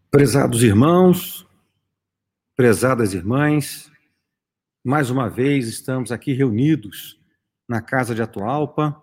Prezados irmãos, prezadas irmãs, mais uma vez estamos aqui reunidos na Casa de Atualpa,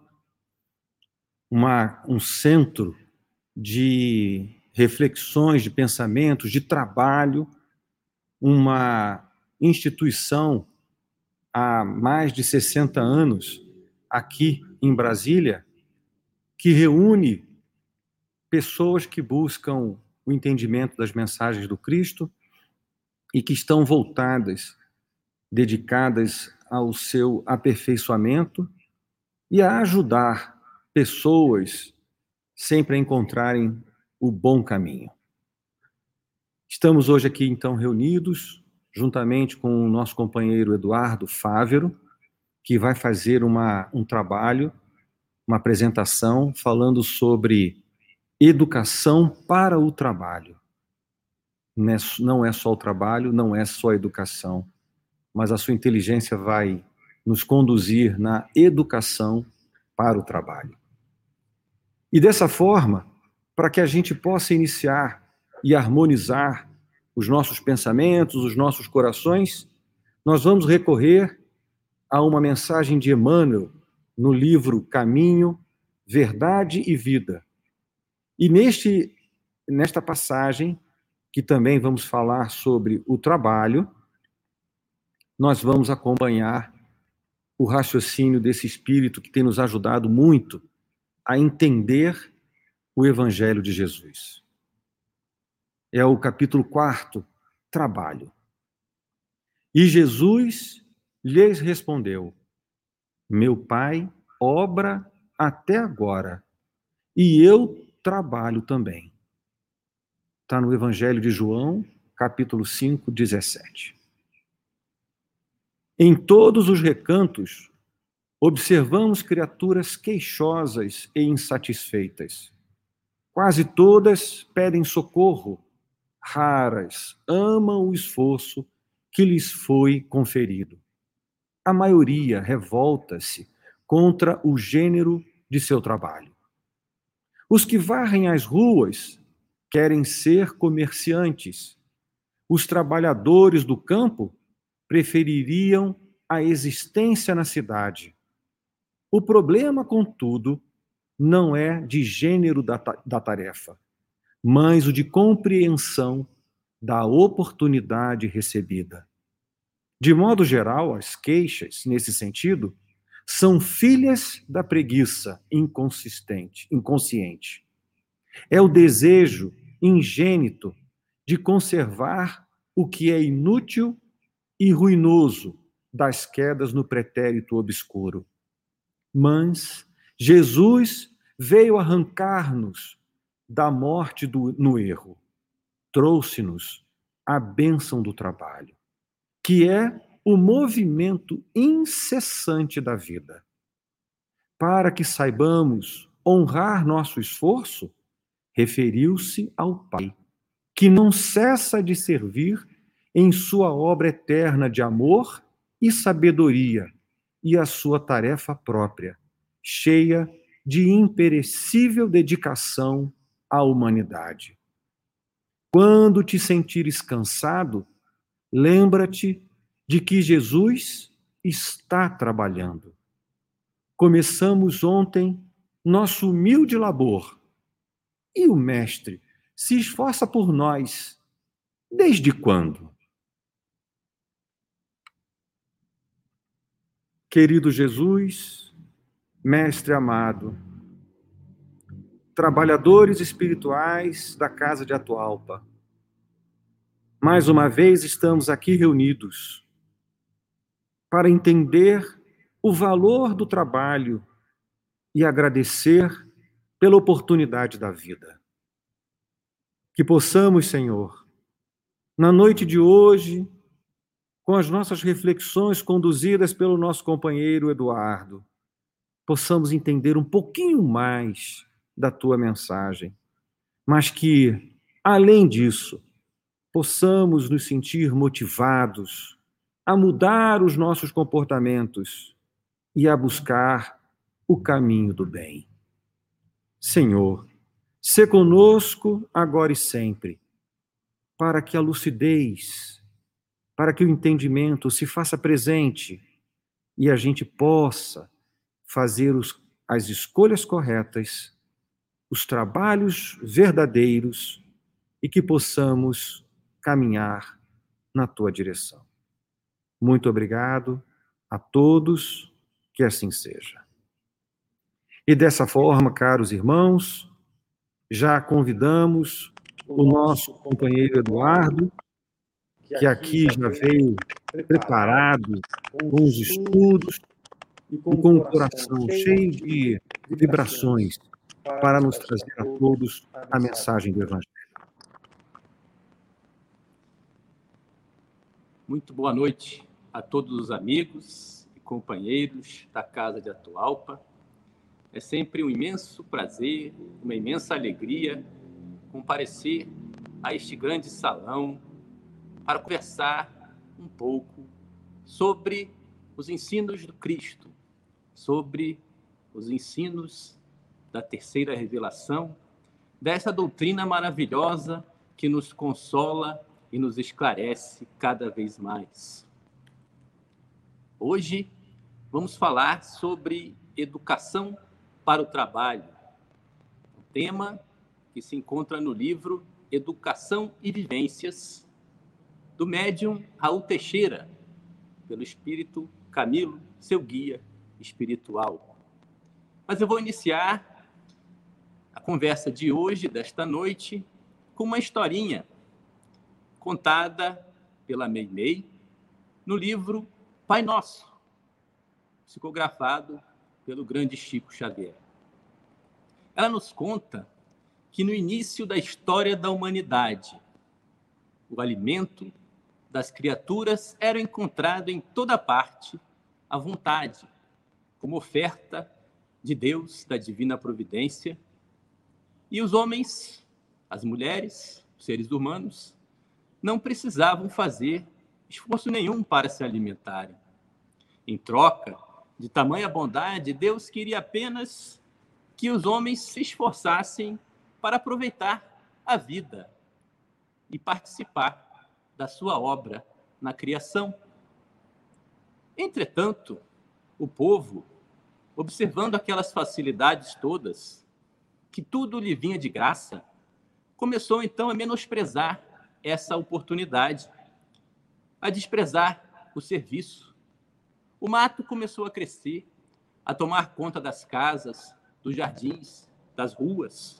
um centro de reflexões, de pensamentos, de trabalho, uma instituição há mais de 60 anos aqui em Brasília, que reúne pessoas que buscam o entendimento das mensagens do Cristo e que estão voltadas, dedicadas ao seu aperfeiçoamento e a ajudar pessoas sempre a encontrarem o bom caminho. Estamos hoje aqui, então, reunidos, juntamente com o nosso companheiro Eduardo Fávero, que vai fazer um trabalho, uma apresentação, falando sobre educação para o trabalho. Não é só o trabalho, não é só a educação, mas a sua inteligência vai nos conduzir na educação para o trabalho. E dessa forma, para que a gente possa iniciar e harmonizar os nossos pensamentos, os nossos corações, nós vamos recorrer a uma mensagem de Emmanuel no livro Caminho, Verdade e Vida. E nesta passagem, que também vamos falar sobre o trabalho, nós vamos acompanhar o raciocínio desse espírito que tem nos ajudado muito a entender o Evangelho de Jesus. É o capítulo 4, Trabalho. E Jesus lhes respondeu: Meu Pai obra até agora, e eu trabalho também. Está no Evangelho de João, capítulo 5, 17. Em todos os recantos, observamos criaturas queixosas e insatisfeitas. Quase todas pedem socorro, raras amam o esforço que lhes foi conferido. A maioria revolta-se contra o gênero de seu trabalho. Os que varrem as ruas querem ser comerciantes. Os trabalhadores do campo prefeririam a existência na cidade. O problema, contudo, não é de gênero da tarefa, mas o de compreensão da oportunidade recebida. De modo geral, as queixas, nesse sentido, são filhas da preguiça inconsciente. É o desejo ingênito de conservar o que é inútil e ruinoso das quedas no pretérito obscuro. Mas Jesus veio arrancar-nos da morte no erro. Trouxe-nos a bênção do trabalho, que é o movimento incessante da vida. Para que saibamos honrar nosso esforço, referiu-se ao Pai, que não cessa de servir em sua obra eterna de amor e sabedoria, e a sua tarefa própria, cheia de imperecível dedicação à humanidade. Quando te sentires cansado, lembra-te de que Jesus está trabalhando. Começamos ontem nosso humilde labor, e o Mestre se esforça por nós. Desde quando? Querido Jesus, Mestre amado, trabalhadores espirituais da Casa de Atualpa, mais uma vez estamos aqui reunidos para entender o valor do trabalho e agradecer pela oportunidade da vida. Que possamos, Senhor, na noite de hoje, com as nossas reflexões conduzidas pelo nosso companheiro Eduardo, possamos entender um pouquinho mais da tua mensagem, mas que, além disso, possamos nos sentir motivados a mudar os nossos comportamentos e a buscar o caminho do bem. Senhor, sê conosco agora e sempre. para que a lucidez, para que o entendimento se faça presente e a gente possa fazer as escolhas corretas, os trabalhos verdadeiros e que possamos caminhar na tua direção. Muito obrigado a todos, que assim seja. E dessa forma, caros irmãos, já convidamos o nosso companheiro Eduardo, que aqui já veio preparado com os estudos e com o coração cheio de vibrações para nos trazer a todos a mensagem do Evangelho. Muito boa noite a todos os amigos e companheiros da Casa de Atualpa. É sempre um imenso prazer, uma imensa alegria comparecer a este grande salão para conversar um pouco sobre os ensinos do Cristo, sobre os ensinos da terceira revelação, dessa doutrina maravilhosa que nos consola e nos esclarece cada vez mais. Hoje vamos falar sobre educação para o trabalho, um tema que se encontra no livro Educação e Vivências, do médium Raul Teixeira, pelo Espírito Camilo, seu guia espiritual. Mas eu vou iniciar a conversa de hoje, desta noite, com uma historinha contada pela Meimei no livro Pai Nosso, psicografado pelo grande Chico Xavier. Ela nos conta que no início da história da humanidade, o alimento das criaturas era encontrado em toda parte à vontade, como oferta de Deus, da divina providência, e os homens, as mulheres, os seres humanos, não precisavam fazer esforço nenhum para se alimentarem. Em troca de tamanha bondade, Deus queria apenas que os homens se esforçassem para aproveitar a vida e participar da sua obra na criação. Entretanto, o povo, observando aquelas facilidades todas, que tudo lhe vinha de graça, começou então a menosprezar essa oportunidade, a desprezar o serviço. O mato começou a crescer, a tomar conta das casas, dos jardins, das ruas.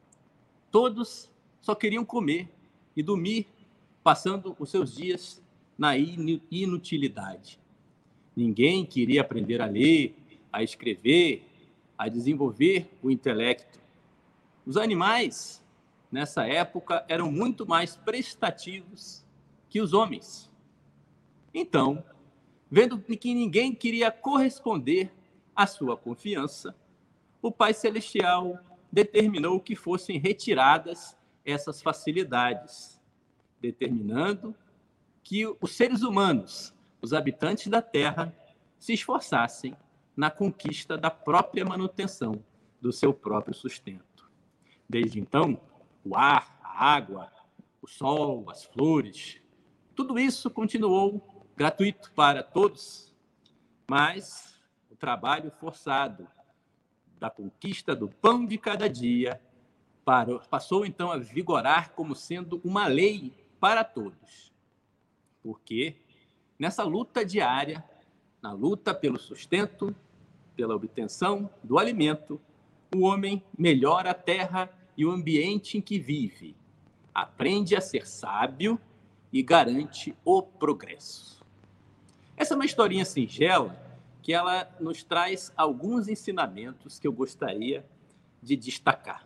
Todos só queriam comer e dormir, passando os seus dias na inutilidade. Ninguém queria aprender a ler, a escrever, a desenvolver o intelecto. Os animais, nessa época, eram muito mais prestativos que os homens. Então, vendo que ninguém queria corresponder à sua confiança, o Pai Celestial determinou que fossem retiradas essas facilidades, determinando que os seres humanos, os habitantes da Terra, se esforçassem na conquista da própria manutenção do seu próprio sustento. Desde então, o ar, a água, o sol, as flores, tudo isso continuou gratuito para todos, mas o trabalho forçado da conquista do pão de cada dia passou então a vigorar como sendo uma lei para todos. Porque nessa luta diária, na luta pelo sustento, pela obtenção do alimento, o homem melhora a terra e o ambiente em que vive, aprende a ser sábio e garante o progresso. Essa é uma historinha singela que ela nos traz alguns ensinamentos que eu gostaria de destacar.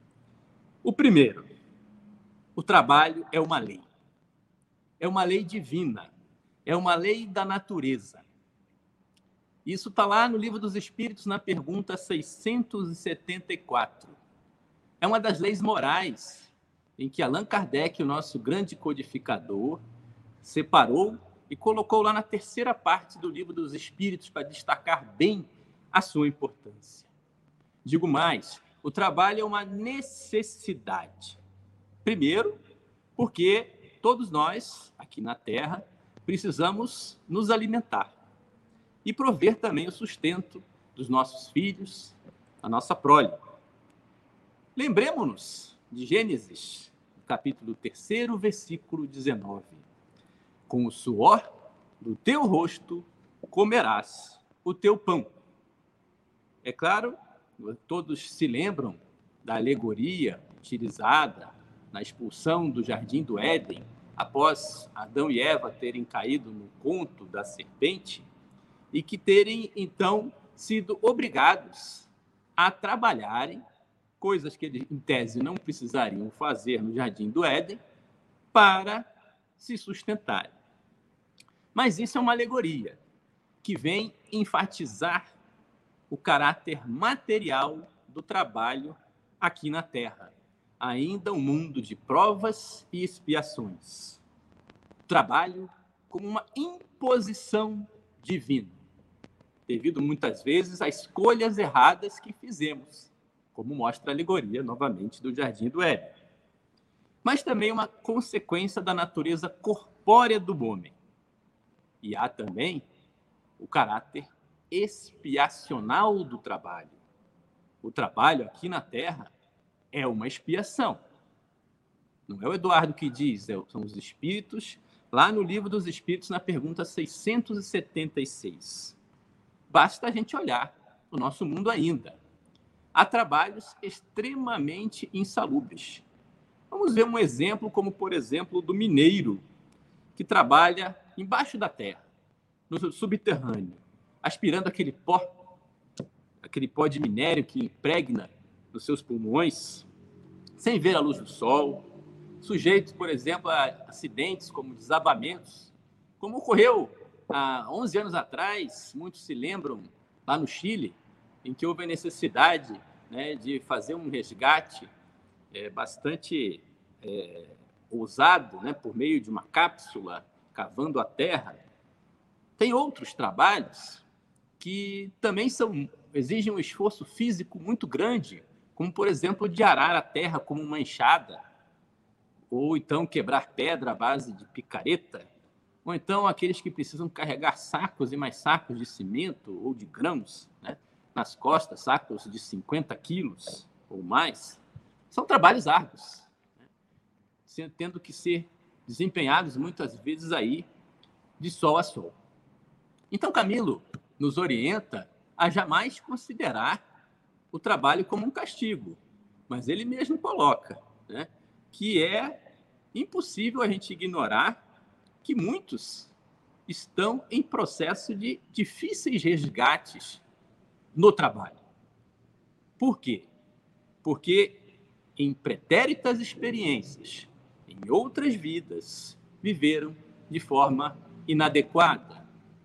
O primeiro, o trabalho é uma lei. É uma lei divina, é uma lei da natureza. Isso está lá no Livro dos Espíritos, na pergunta 674. É uma das leis morais em que Allan Kardec, o nosso grande codificador, separou e colocou lá na terceira parte do Livro dos Espíritos para destacar bem a sua importância. Digo mais, o trabalho é uma necessidade. Primeiro, Porque todos nós, aqui na Terra, precisamos nos alimentar e prover também o sustento dos nossos filhos, a nossa prole. Lembremos-nos de Gênesis, capítulo 3, versículo 19. Com o suor do teu rosto comerás o teu pão. É claro, todos se lembram da alegoria utilizada na expulsão do Jardim do Éden, após Adão e Eva terem caído no conto da serpente e que terem, então, sido obrigados a trabalharem coisas que eles, em tese, não precisariam fazer no Jardim do Éden para se sustentarem. Mas isso é uma alegoria que vem enfatizar o caráter material do trabalho aqui na Terra. Ainda um mundo de provas e expiações. Trabalho como uma imposição divina, devido muitas vezes a escolhas erradas que fizemos, como mostra a alegoria, novamente, do Jardim do Éden. Mas também uma consequência da natureza corpórea do homem. E há também o caráter expiacional do trabalho. O trabalho aqui na Terra é uma expiação. Não é o Eduardo que diz, são os Espíritos, lá no Livro dos Espíritos, na pergunta 676. Basta a gente olhar o nosso mundo ainda. Há trabalhos extremamente insalubres. Vamos ver um exemplo como, por exemplo, o do mineiro, que trabalha embaixo da terra, no subterrâneo, aspirando aquele pó de minério que impregna nos seus pulmões, sem ver a luz do sol, sujeito, por exemplo, a acidentes como desabamentos, como ocorreu há 11 anos atrás, muitos se lembram, lá no Chile, em que houve a necessidade, né, de fazer um resgate bastante ousado, né, por meio de uma cápsula cavando a terra. Tem outros trabalhos que também exigem um esforço físico muito grande, como, por exemplo, de arar a terra como uma enxada, ou então quebrar pedra à base de picareta, ou então aqueles que precisam carregar sacos e mais sacos de cimento ou de grãos, né, nas costas, sacos de 50 quilos ou mais. São trabalhos árduos, né, tendo que ser desempenhados muitas vezes aí de sol a sol. Então, Camilo nos orienta a jamais considerar o trabalho como um castigo, mas ele mesmo coloca, né, que é impossível a gente ignorar que muitos estão em processo de difíceis resgates no trabalho. Por quê? Porque em pretéritas experiências, em outras vidas, viveram de forma inadequada,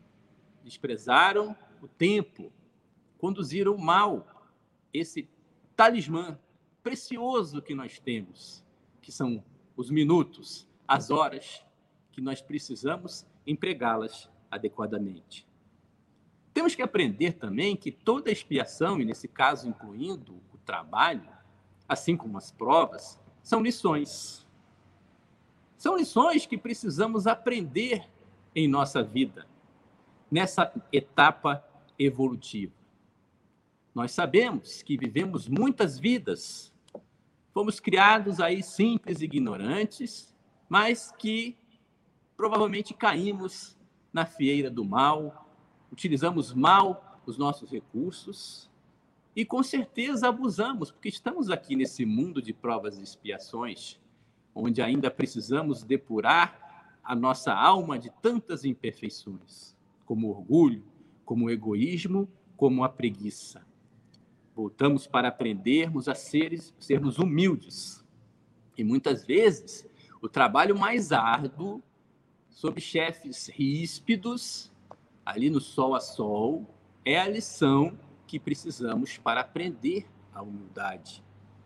desprezaram o tempo, conduziram mal esse talismã precioso que nós temos, que são os minutos, as horas que nós precisamos empregá-las adequadamente. Temos que aprender também que toda expiação, e nesse caso incluindo o trabalho, assim como as provas, são lições. São lições que precisamos aprender em nossa vida, nessa etapa evolutiva. Nós sabemos que vivemos muitas vidas, fomos criados aí simples e ignorantes, mas que provavelmente caímos na fieira do mal, utilizamos mal os nossos recursos e com certeza abusamos, porque estamos aqui nesse mundo de provas e expiações, onde ainda precisamos depurar a nossa alma de tantas imperfeições, como o orgulho, como o egoísmo, como a preguiça. Voltamos para aprendermos a sermos humildes. E muitas vezes o trabalho mais árduo, sob chefes ríspidos, ali no sol a sol, é a lição que precisamos para aprender a humildade.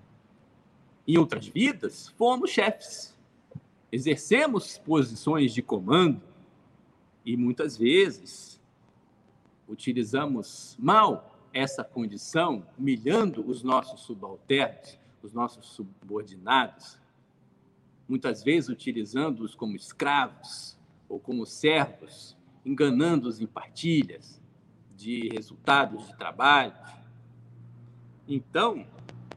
Em outras vidas, fomos chefes, exercemos posições de comando e muitas vezes utilizamos mal essa condição, humilhando os nossos subalternos, os nossos subordinados. muitas vezes utilizando-os como escravos ou como servos, enganando-os em partilhas de resultados de trabalho. Então,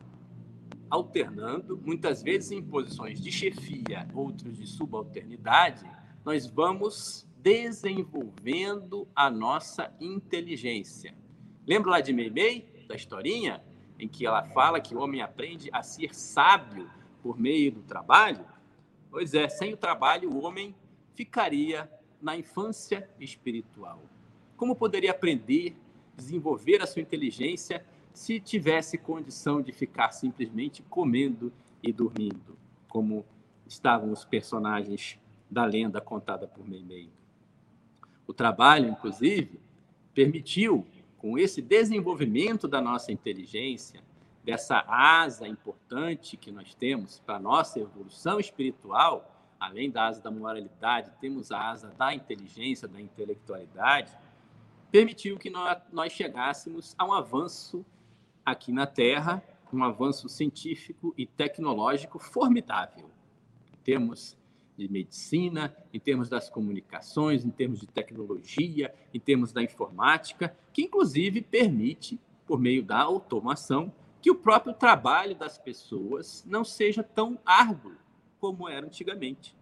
alternando, muitas vezes em posições de chefia, outros de subalternidade, nós vamos desenvolvendo a nossa inteligência. Lembra lá de Meimei, da historinha, em que ela fala que o homem aprende a ser sábio por meio do trabalho? Pois é, sem o trabalho, o homem ficaria na infância espiritual. Como poderia aprender, desenvolver a sua inteligência se tivesse condição de ficar simplesmente comendo e dormindo, como estavam os personagens da lenda contada por Meimei? O trabalho, inclusive, permitiu, com esse desenvolvimento da nossa inteligência, dessa asa importante que nós temos para a nossa evolução espiritual, além da asa da moralidade, temos a asa da inteligência, da intelectualidade, permitiu que nós chegássemos a um avanço aqui na Terra, um avanço científico e tecnológico formidável, em termos de medicina, em termos das comunicações, em termos de tecnologia, em termos da informática, que inclusive permite, por meio da automação, que o próprio trabalho das pessoas não seja tão árduo como era antigamente.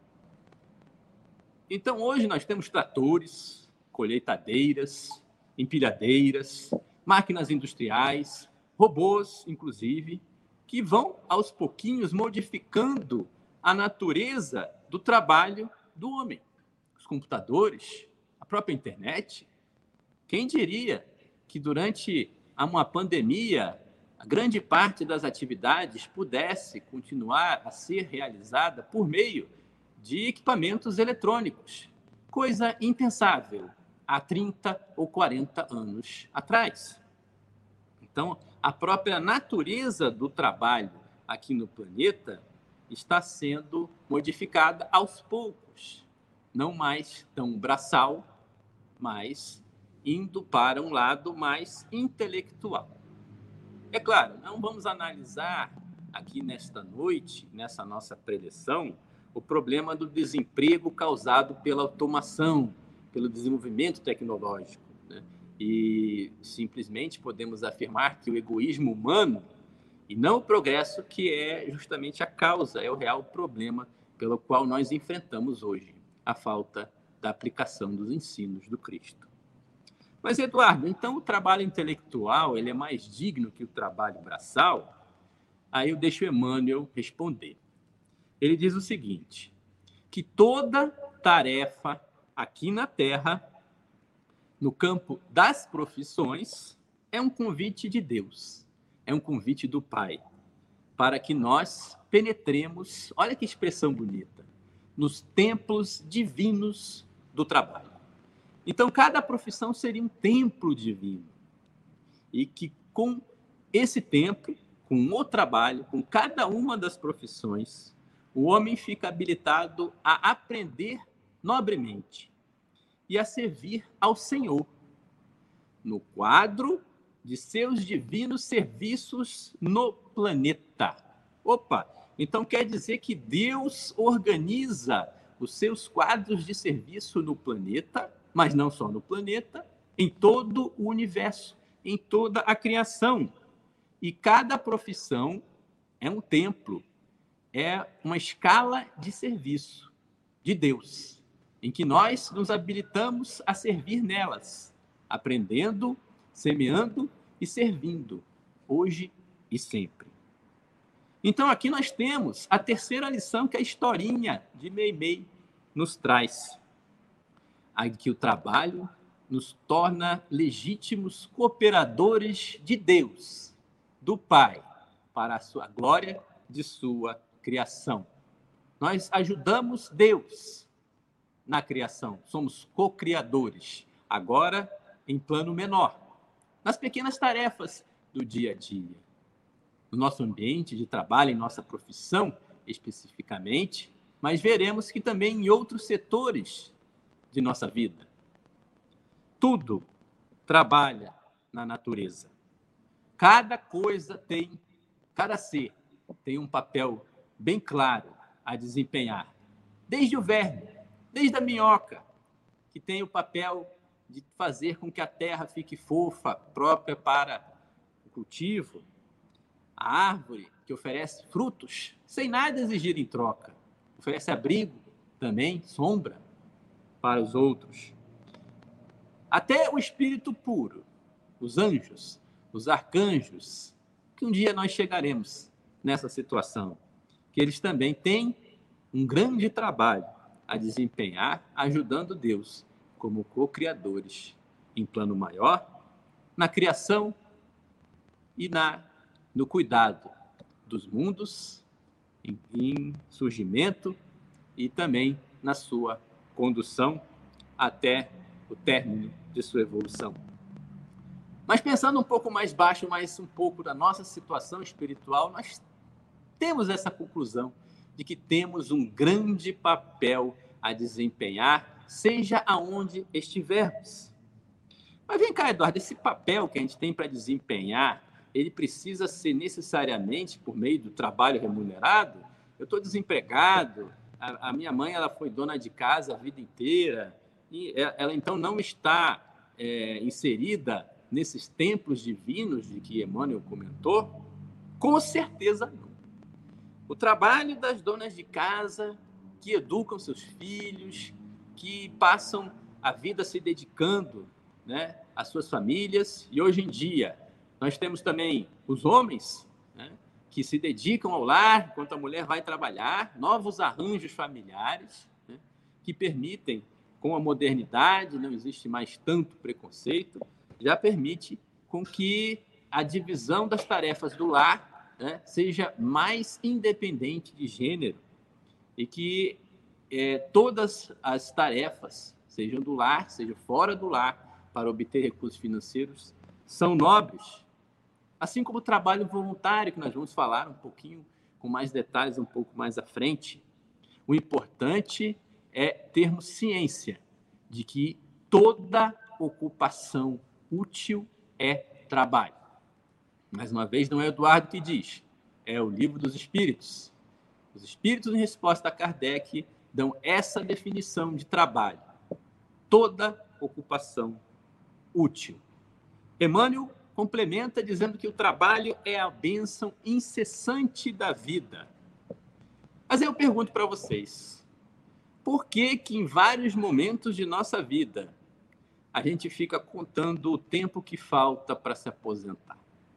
Então, hoje nós temos tratores, colheitadeiras, empilhadeiras, máquinas industriais, robôs, inclusive, que vão, aos pouquinhos, modificando a natureza do trabalho do homem. Os computadores, a própria internet. Quem diria que durante uma pandemia, a grande parte das atividades pudesse continuar a ser realizada por meio de equipamentos eletrônicos, coisa impensável há 30 ou 40 anos atrás. Então, a própria natureza do trabalho aqui no planeta está sendo modificada aos poucos, não mais tão braçal, mas indo para um lado mais intelectual. É claro, não vamos analisar aqui nesta noite, nessa nossa preleção, o problema do desemprego causado pela automação, pelo desenvolvimento tecnológico, né? E simplesmente podemos afirmar que o egoísmo humano, e não o progresso, que é justamente a causa, é o real problema pelo qual nós enfrentamos hoje, a falta da aplicação dos ensinos do Cristo. Mas, Eduardo, então o trabalho intelectual ele é mais digno que o trabalho braçal? Aí eu deixo Emmanuel responder. Ele diz o seguinte, que toda tarefa aqui na Terra, no campo das profissões, é um convite de Deus, é um convite do Pai, para que nós penetremos, olha que expressão bonita, nos templos divinos do trabalho. Então, cada profissão seria um templo divino, e que com esse templo, com o trabalho, com cada uma das profissões, o homem fica habilitado a aprender nobremente e a servir ao Senhor, no quadro de seus divinos serviços no planeta. Opa! Então quer dizer que Deus organiza os seus quadros de serviço no planeta, mas não só no planeta, em todo o universo, em toda a criação. E cada profissão é um templo, é uma escala de serviço de Deus, em que nós nos habilitamos a servir nelas, aprendendo, semeando e servindo, hoje e sempre. Então, aqui nós temos a terceira lição que a historinha de Meimei nos traz, a que o trabalho nos torna legítimos cooperadores de Deus, do Pai, para a sua glória de sua criação. Nós ajudamos Deus na criação, somos co-criadores, agora em plano menor, nas pequenas tarefas do dia a dia, no nosso ambiente de trabalho, em nossa profissão especificamente, mas veremos que também em outros setores de nossa vida. Tudo trabalha na natureza. Cada coisa tem, cada ser tem um papel bem claro a desempenhar. Desde o verme, desde a minhoca, que tem o papel de fazer com que a terra fique fofa, própria para o cultivo, a árvore que oferece frutos, sem nada exigir em troca, oferece abrigo também, sombra para os outros. Até o espírito puro, os anjos, os arcanjos, que um dia nós chegaremos nessa situação, que eles também têm um grande trabalho a desempenhar, ajudando Deus como co-criadores em plano maior, na criação e no cuidado dos mundos, em surgimento e também na sua condução até o término de sua evolução. Mas pensando um pouco mais baixo, mais um pouco da nossa situação espiritual, nós temos essa conclusão de que temos um grande papel a desempenhar, seja aonde estivermos. Mas vem cá, Eduardo, esse papel que a gente tem para desempenhar, ele precisa ser necessariamente por meio do trabalho remunerado? Eu estou desempregado, a minha mãe ela foi dona de casa a vida inteira, e ela então não está inserida nesses templos divinos de que Emmanuel comentou? Com certeza não. O trabalho das donas de casa que educam seus filhos, que passam a vida se dedicando, né, às suas famílias. E hoje em dia nós temos também os homens, né, que se dedicam ao lar enquanto a mulher vai trabalhar, novos arranjos familiares, né, que permitem, com a modernidade, não existe mais tanto preconceito, já permite com que a divisão das tarefas do lar, né, seja mais independente de gênero e que todas as tarefas, sejam do lar, sejam fora do lar, para obter recursos financeiros, são nobres. Assim como o trabalho voluntário, que nós vamos falar um pouquinho com mais detalhes um pouco mais à frente. O importante é termos ciência de que toda ocupação útil é trabalho. Mais uma vez, não é Eduardo que diz, é o Livro dos Espíritos. Os Espíritos, em resposta a Kardec, dão essa definição de trabalho. Toda ocupação útil. Emmanuel complementa dizendo que o trabalho é a bênção incessante da vida. Mas eu pergunto para vocês, por que em vários momentos de nossa vida a gente fica contando o tempo que falta para se aposentar?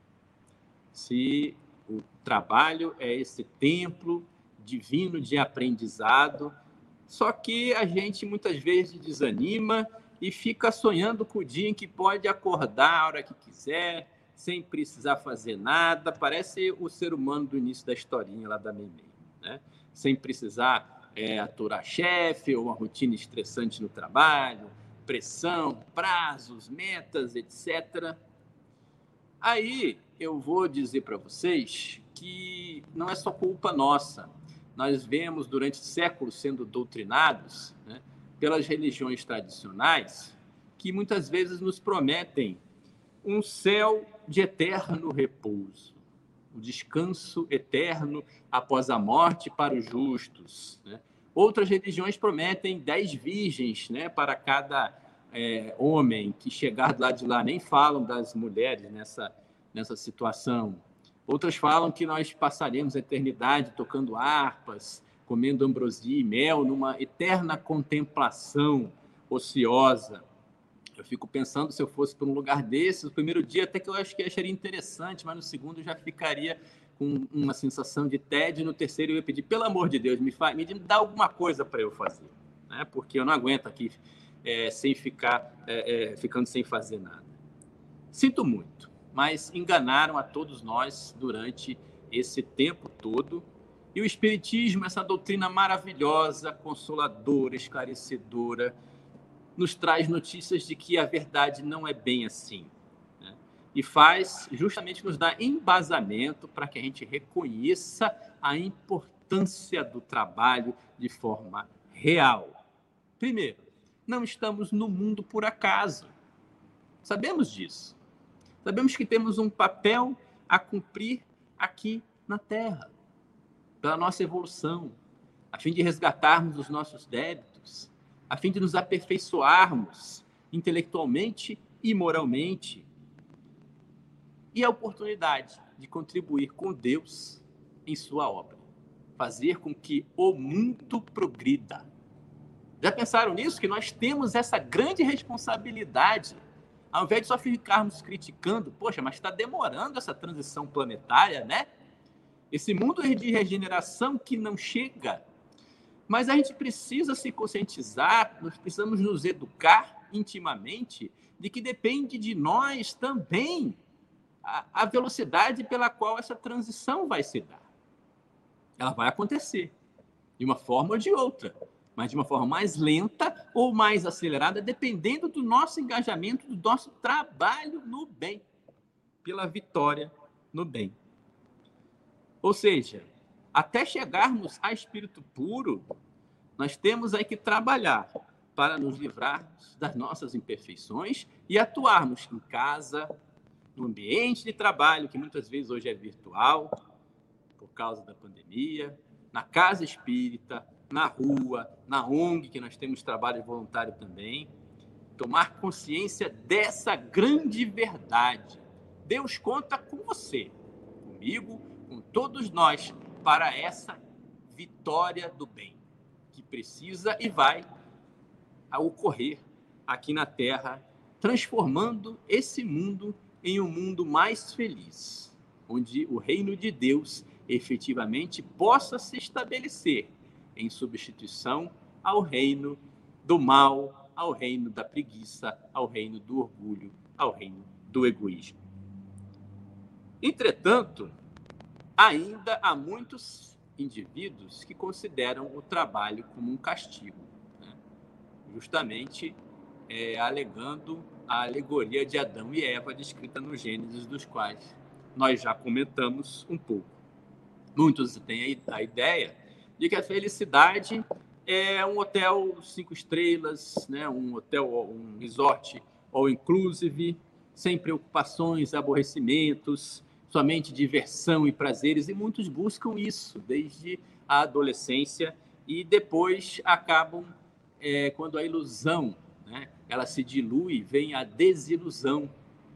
Se o trabalho é esse templo divino de aprendizado, só que a gente muitas vezes desanima e fica sonhando com o dia em que pode acordar a hora que quiser, sem precisar fazer nada. Parece o ser humano do início da historinha lá da Meimei, né? Sem precisar aturar chefe ou uma rotina estressante no trabalho, pressão, prazos, metas, etc. Aí eu vou dizer para vocês que não é só culpa nossa. Nós vemos durante séculos sendo doutrinados, né, pelas religiões tradicionais, que muitas vezes nos prometem um céu de eterno repouso, o descanso eterno após a morte para os justos, né? Outras religiões prometem 10 virgens, né, para cada homem que chegar do lado de lá. Nem falam das mulheres nessa situação. Outras falam que nós passaremos a eternidade tocando harpas, comendo ambrosia e mel, numa eterna contemplação ociosa. Eu fico pensando, se eu fosse para um lugar desses, no primeiro dia até que eu acho que acharia interessante, mas no segundo eu já ficaria com uma sensação de tédio, no terceiro eu ia pedir, pelo amor de Deus, me dá alguma coisa para eu fazer, né? Porque eu não aguento aqui ficando sem fazer nada. Sinto muito, mas enganaram a todos nós durante esse tempo todo. E o Espiritismo, essa doutrina maravilhosa, consoladora, esclarecedora, nos traz notícias de que a verdade não é bem assim, né? E justamente nos dá embasamento para que a gente reconheça a importância do trabalho de forma real. Primeiro, não estamos no mundo por acaso. Sabemos disso. Sabemos que temos um papel a cumprir aqui na Terra, pela nossa evolução, a fim de resgatarmos os nossos débitos, a fim de nos aperfeiçoarmos intelectualmente e moralmente, e a oportunidade de contribuir com Deus em sua obra, fazer com que o mundo progrida. Já pensaram nisso? Que nós temos essa grande responsabilidade, ao invés de só ficarmos criticando, poxa, mas está demorando essa transição planetária, né? Esse mundo de regeneração que não chega. Mas a gente precisa se conscientizar, nós precisamos nos educar intimamente de que depende de nós também a velocidade pela qual essa transição vai se dar. Ela vai acontecer, de uma forma ou de outra, mas de uma forma mais lenta ou mais acelerada, dependendo do nosso engajamento, do nosso trabalho no bem, pela vitória no bem. Ou seja, até chegarmos a espírito puro, nós temos aí que trabalhar para nos livrarmos das nossas imperfeições e atuarmos em casa, no ambiente de trabalho, que muitas vezes hoje é virtual, por causa da pandemia, na casa espírita, na rua, na ONG, que nós temos trabalho voluntário também, tomar consciência dessa grande verdade. Deus conta com você, comigo, com todos nós, para essa vitória do bem, que precisa e vai ocorrer aqui na Terra, transformando esse mundo em um mundo mais feliz, onde o reino de Deus efetivamente possa se estabelecer em substituição ao reino do mal, ao reino da preguiça, ao reino do orgulho, ao reino do egoísmo. Entretanto, ainda há muitos indivíduos que consideram o trabalho como um castigo, né? Justamente alegando a alegoria de Adão e Eva descrita no Gênesis, dos quais nós já comentamos um pouco. Muitos têm a ideia de que a felicidade é um hotel 5 estrelas, né? Um resort all inclusive, sem preocupações, aborrecimentos, somente diversão e prazeres, e muitos buscam isso desde a adolescência e depois acabam, quando a ilusão, né, ela se dilui, vem a desilusão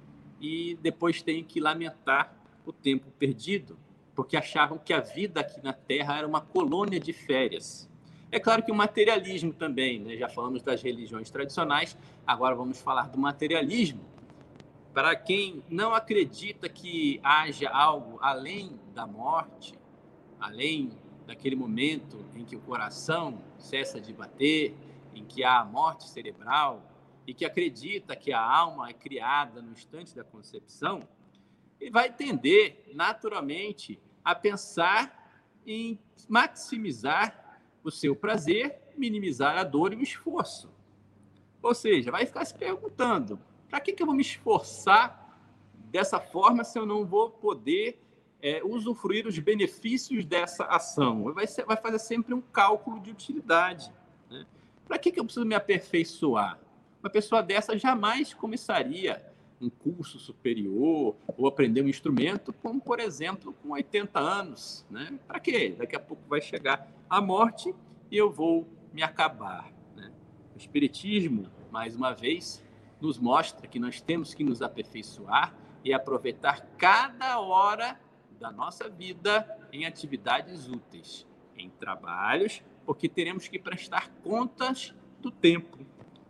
e depois tem que lamentar o tempo perdido, porque achavam que a vida aqui na Terra era uma colônia de férias. É claro que o materialismo também, né? Já falamos das religiões tradicionais, agora vamos falar do materialismo. Para quem não acredita que haja algo além da morte, além daquele momento em que o coração cessa de bater, em que há a morte cerebral, e que acredita que a alma é criada no instante da concepção, ele vai tender, naturalmente, a pensar em maximizar o seu prazer, minimizar a dor e o esforço. Ou seja, vai ficar se perguntando, para que eu vou me esforçar dessa forma se eu não vou poder usufruir os benefícios dessa ação? Vai fazer sempre um cálculo de utilidade, né? Para que eu preciso me aperfeiçoar? Uma pessoa dessa jamais começaria um curso superior ou aprender um instrumento, como, por exemplo, com 80 anos, né? Para quê? Daqui a pouco vai chegar a morte e eu vou me acabar, né? O Espiritismo, mais uma vez, nos mostra que nós temos que nos aperfeiçoar e aproveitar cada hora da nossa vida em atividades úteis, em trabalhos, porque teremos que prestar contas do tempo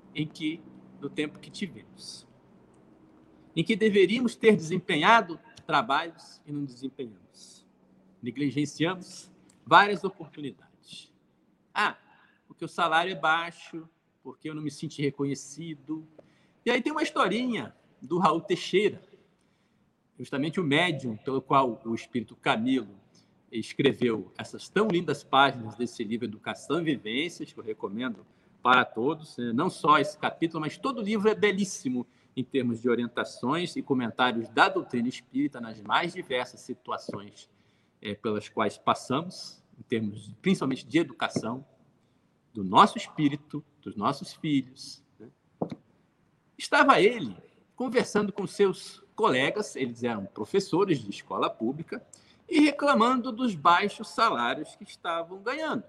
que tivemos, em que deveríamos ter desempenhado trabalhos e não desempenhamos. Negligenciamos várias oportunidades. Porque o salário é baixo, porque eu não me senti reconhecido. E aí tem uma historinha do Raul Teixeira, justamente o médium pelo qual o espírito Camilo escreveu essas tão lindas páginas desse livro Educação e Vivências, que eu recomendo para todos. Não só esse capítulo, mas todo o livro é belíssimo em termos de orientações e comentários da doutrina espírita nas mais diversas situações pelas quais passamos, em termos principalmente de educação, do nosso espírito, dos nossos filhos, né? Estava ele conversando com seus colegas, eles eram professores de escola pública, e reclamando dos baixos salários que estavam ganhando.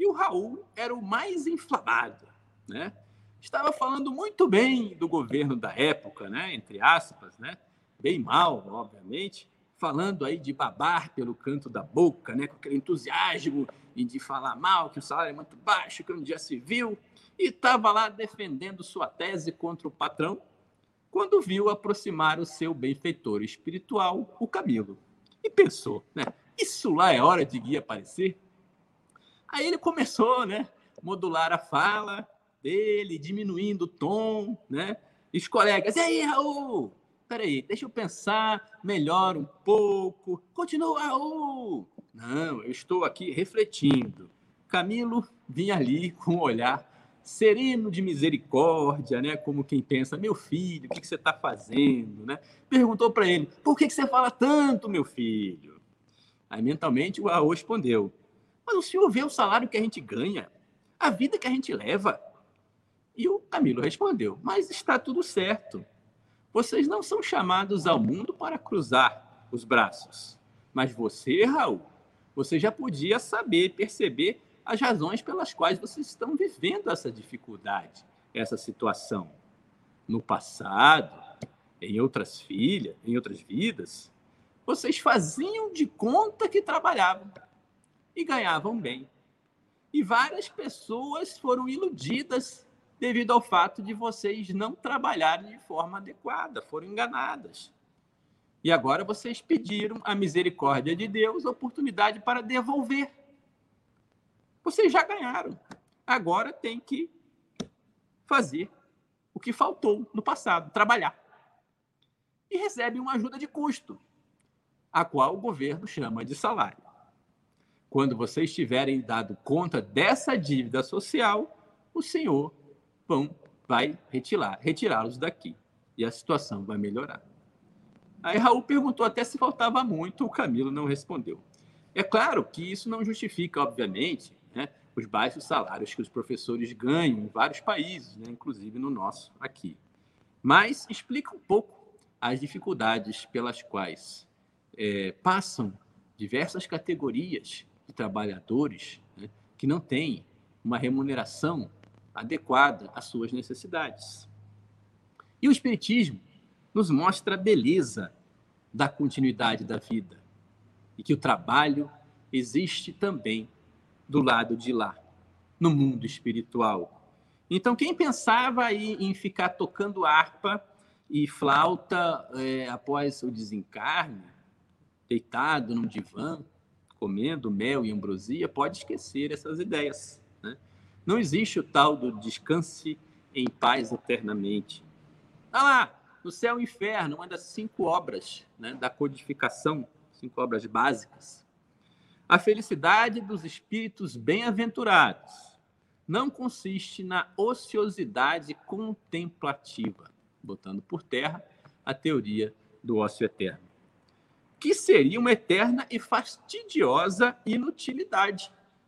E o Raul era o mais inflamado, né? Estava falando muito bem do governo da época, né? Entre aspas, né? Bem mal, obviamente, falando aí de babar pelo canto da boca, né? Com aquele entusiasmo e de falar mal, que o salário é muito baixo, que não já se viu, e estava lá defendendo sua tese contra o patrão, quando viu aproximar o seu benfeitor espiritual, o Camilo. E pensou, né? Isso lá é hora de Gui aparecer? Aí ele começou, né? Modular a fala dele, diminuindo o tom, né? E os colegas, e aí, Raul? Peraí, deixa eu pensar melhor um pouco. Continua, Raul. Não, eu estou aqui refletindo. Camilo vinha ali com um olhar sereno de misericórdia, né? Como quem pensa, meu filho, o que você está fazendo, né? Perguntou para ele, por que você fala tanto, meu filho? Aí mentalmente o Raul respondeu, mas o senhor vê o salário que a gente ganha, a vida que a gente leva. E o Camilo respondeu, mas está tudo certo. Vocês não são chamados ao mundo para cruzar os braços. Mas você, Raul, você já podia saber, perceber as razões pelas quais vocês estão vivendo essa dificuldade, essa situação. No passado, em outras vidas, vocês faziam de conta que trabalhavam e ganhavam bem. E várias pessoas foram iludidas devido ao fato de vocês não trabalharem de forma adequada, foram enganadas. E agora vocês pediram a misericórdia de Deus, a oportunidade para devolver. Vocês já ganharam. Agora tem que fazer o que faltou no passado, trabalhar. E recebem uma ajuda de custo, a qual o governo chama de salário. Quando vocês tiverem dado conta dessa dívida social, o Senhor vai retirá-los daqui. E a situação vai melhorar. Aí Raul perguntou até se faltava muito, o Camilo não respondeu. É claro que isso não justifica, obviamente, né, os baixos salários que os professores ganham em vários países, né, inclusive no nosso aqui. Mas explica um pouco as dificuldades pelas quais passam diversas categorias de trabalhadores, né, que não têm uma remuneração adequada às suas necessidades. E o Espiritismo nos mostra a beleza da continuidade da vida e que o trabalho existe também do lado de lá, no mundo espiritual. Então, quem pensava aí em ficar tocando harpa e flauta após o desencarne, deitado num divã, comendo mel e ambrosia, pode esquecer essas ideias, né? Não existe o tal do descanse em paz eternamente. Tá lá, no Céu e Inferno, uma das 5 obras, né, da codificação, 5 obras básicas. A felicidade dos espíritos bem-aventurados não consiste na ociosidade contemplativa, botando por terra a teoria do ócio eterno, que seria uma eterna e fastidiosa inutilidade.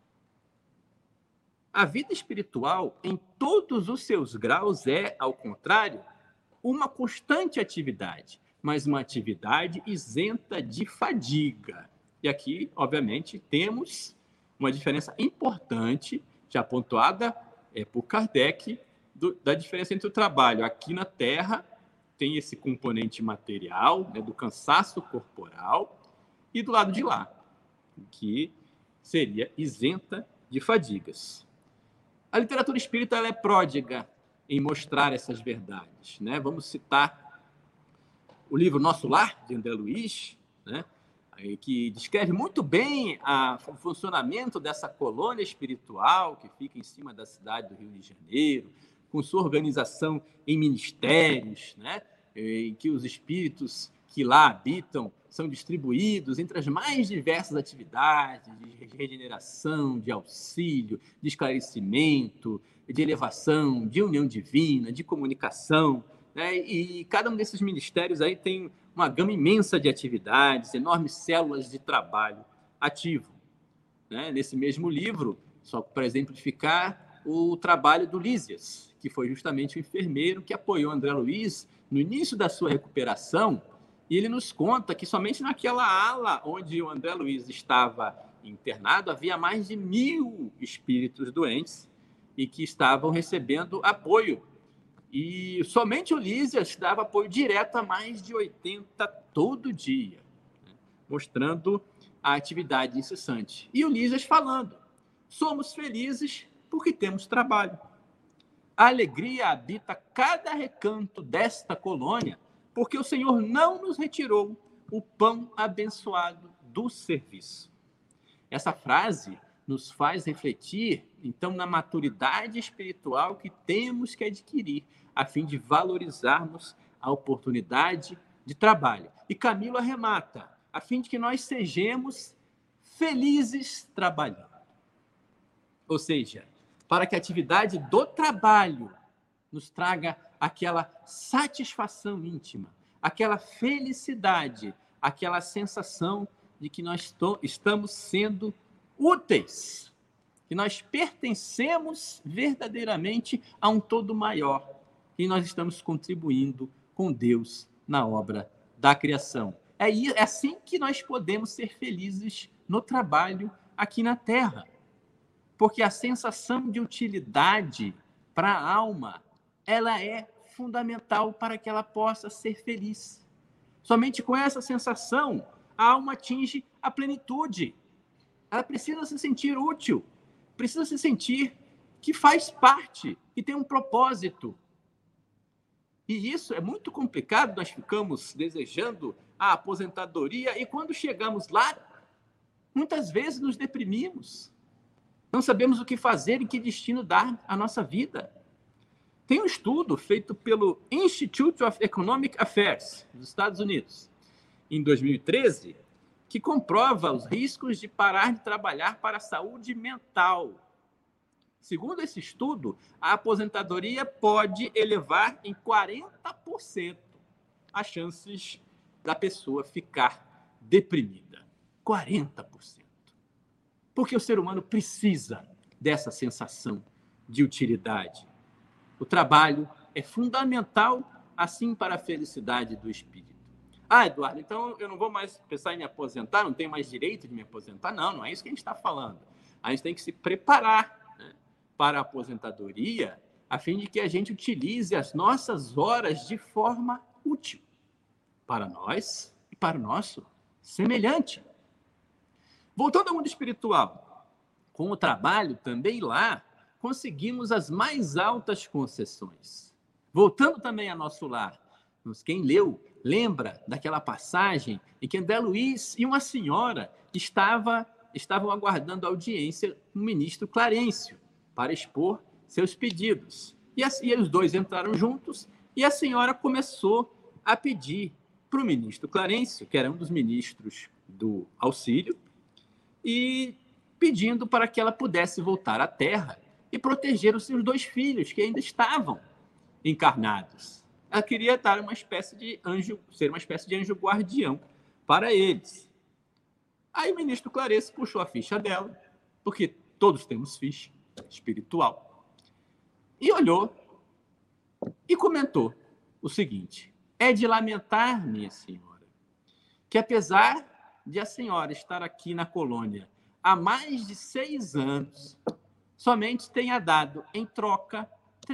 A vida espiritual, em todos os seus graus, é, ao contrário, uma constante atividade, mas uma atividade isenta de fadiga. E aqui, obviamente, temos uma diferença importante, já pontuada por Kardec, da diferença entre o trabalho aqui na Terra, tem esse componente material, né, do cansaço corporal, e do lado de lá, que seria isenta de fadigas. A literatura espírita ela é pródiga em mostrar essas verdades, né? Vamos citar o livro Nosso Lar, de André Luiz, né, que descreve muito bem o funcionamento dessa colônia espiritual que fica em cima da cidade do Rio de Janeiro, com sua organização em ministérios, né, em que os espíritos que lá habitam são distribuídos entre as mais diversas atividades de regeneração, de auxílio, de esclarecimento, de elevação, de união divina, de comunicação, né? E cada um desses ministérios aí tem uma gama imensa de atividades, enormes células de trabalho ativo, né? Nesse mesmo livro, só para exemplificar, o trabalho do Lísias, que foi justamente o enfermeiro que apoiou André Luiz no início da sua recuperação, e ele nos conta que somente naquela ala onde o André Luiz estava internado havia mais de 1.000 espíritos doentes e que estavam recebendo apoio. E somente o Lísias dava apoio direto a mais de 80 todo dia, né? Mostrando a atividade incessante. E o Lísias falando: somos felizes porque temos trabalho. A alegria habita cada recanto desta colônia, porque o Senhor não nos retirou o pão abençoado do serviço. Essa frase nos faz refletir, então, na maturidade espiritual que temos que adquirir a fim de valorizarmos a oportunidade de trabalho. E Camilo arremata, a fim de que nós sejamos felizes trabalhando. Ou seja, para que a atividade do trabalho nos traga aquela satisfação íntima, aquela felicidade, aquela sensação de que nós estamos sendo úteis, que nós pertencemos verdadeiramente a um todo maior, que nós estamos contribuindo com Deus na obra da criação. É assim que nós podemos ser felizes no trabalho aqui na Terra, porque a sensação de utilidade para a alma, ela é fundamental para que ela possa ser feliz. Somente com essa sensação, a alma atinge a plenitude. Ela precisa se sentir útil, precisa se sentir que faz parte, que tem um propósito. E isso é muito complicado, nós ficamos desejando a aposentadoria e quando chegamos lá, muitas vezes nos deprimimos. Não sabemos o que fazer e que destino dar à nossa vida. Tem um estudo feito pelo Institute of Economic Affairs dos Estados Unidos, em 2013, que comprova os riscos de parar de trabalhar para a saúde mental. Segundo esse estudo, a aposentadoria pode elevar em 40% as chances da pessoa ficar deprimida. 40%. Porque o ser humano precisa dessa sensação de utilidade. O trabalho é fundamental, assim, para a felicidade do espírito. Ah, Eduardo, então eu não vou mais pensar em me aposentar, não tenho mais direito de me aposentar. Não, não é isso que a gente está falando. A gente tem que se preparar, né, para a aposentadoria, a fim de que a gente utilize as nossas horas de forma útil para nós e para o nosso semelhante. Voltando ao mundo espiritual, com o trabalho também lá, conseguimos as mais altas concessões. Voltando também ao nosso lar, quem leu, lembra daquela passagem em que André Luiz e uma senhora estavam aguardando audiência no ministro Clarencio para expor seus pedidos. E os dois entraram juntos e a senhora começou a pedir para o ministro Clarencio, que era um dos ministros do auxílio, e pedindo para que ela pudesse voltar à Terra e proteger os seus 2 filhos, que ainda estavam encarnados. Ela queria dar uma espécie de anjo, ser uma espécie de anjo guardião para eles. Aí o ministro Clarencio puxou a ficha dela, porque todos temos ficha espiritual, e olhou e comentou o seguinte: é de lamentar, minha senhora, que apesar de a senhora estar aqui na colônia há mais de 6 anos, somente tenha dado, em troca,